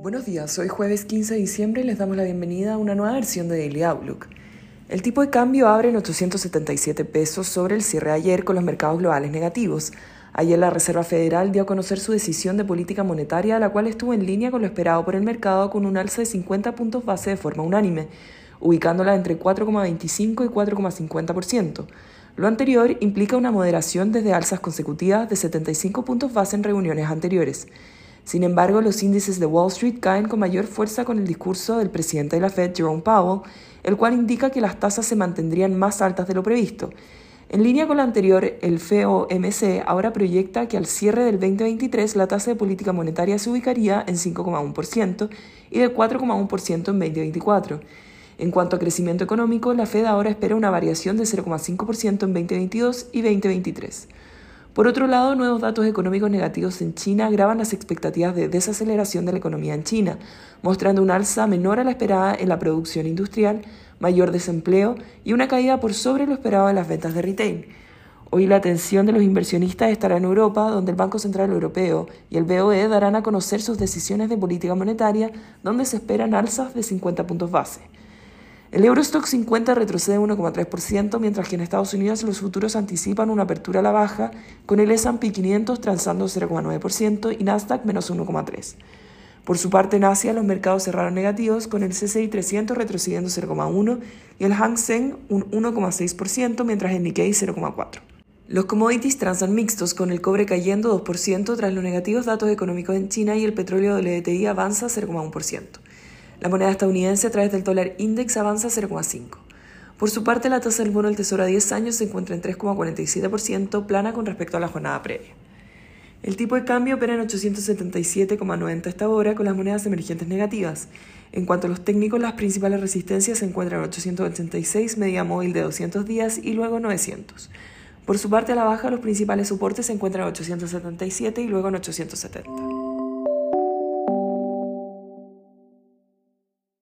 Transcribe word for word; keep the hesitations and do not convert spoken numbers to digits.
Buenos días, hoy jueves quince de diciembre y les damos la bienvenida a una nueva versión de Daily Outlook. El tipo de cambio abre en ochocientos setenta y siete pesos sobre el cierre de ayer con los mercados globales negativos. Ayer la Reserva Federal dio a conocer su decisión de política monetaria, la cual estuvo en línea con lo esperado por el mercado con un alza de cincuenta puntos base de forma unánime, ubicándola entre cuatro coma veinticinco y cuatro coma cincuenta por ciento. Lo anterior implica una moderación desde alzas consecutivas de setenta y cinco puntos base en reuniones anteriores. Sin embargo, los índices de Wall Street caen con mayor fuerza con el discurso del presidente de la Fed, Jerome Powell, el cual indica que las tasas se mantendrían más altas de lo previsto. En línea con lo anterior, el F O M C ahora proyecta que al cierre del veinte veintitrés la tasa de política monetaria se ubicaría en cinco coma uno por ciento y de cuatro coma uno por ciento en veinte veinticuatro. En cuanto a crecimiento económico, la Fed ahora espera una variación de cero coma cinco por ciento en veinte veintidós y veinte veintitrés. Por otro lado, nuevos datos económicos negativos en China agravan las expectativas de desaceleración de la economía en China, mostrando un alza menor a la esperada en la producción industrial, mayor desempleo y una caída por sobre lo esperado en las ventas de retail. Hoy la atención de los inversionistas estará en Europa, donde el Banco Central Europeo y el B O E darán a conocer sus decisiones de política monetaria, donde se esperan alzas de cincuenta puntos base. El Eurostock cincuenta retrocede uno coma tres por ciento, mientras que en Estados Unidos los futuros anticipan una apertura a la baja, con el S and P quinientos transando cero coma nueve por ciento y Nasdaq menos uno coma tres por ciento. Por su parte, en Asia los mercados cerraron negativos, con el C S I trescientos retrocediendo cero coma uno por ciento y el Hang Seng un uno coma seis por ciento, mientras el Nikkei cero coma cuatro por ciento. Los commodities transan mixtos, con el cobre cayendo dos por ciento tras los negativos datos económicos en China y el petróleo W T I avanza cero coma uno por ciento. La moneda estadounidense a través del dólar index avanza cero coma cinco por ciento. Por su parte, la tasa del bono del Tesoro a diez años se encuentra en tres coma cuarenta y siete por ciento, plana con respecto a la jornada previa. El tipo de cambio opera en ochocientos setenta y siete coma noventa esta hora, con las monedas emergentes negativas. En cuanto a los técnicos, las principales resistencias se encuentran en ochocientos ochenta y seis, media móvil de doscientos días y luego novecientos. Por su parte, a la baja, los principales soportes se encuentran en ochocientos setenta y siete y luego en ochocientos setenta.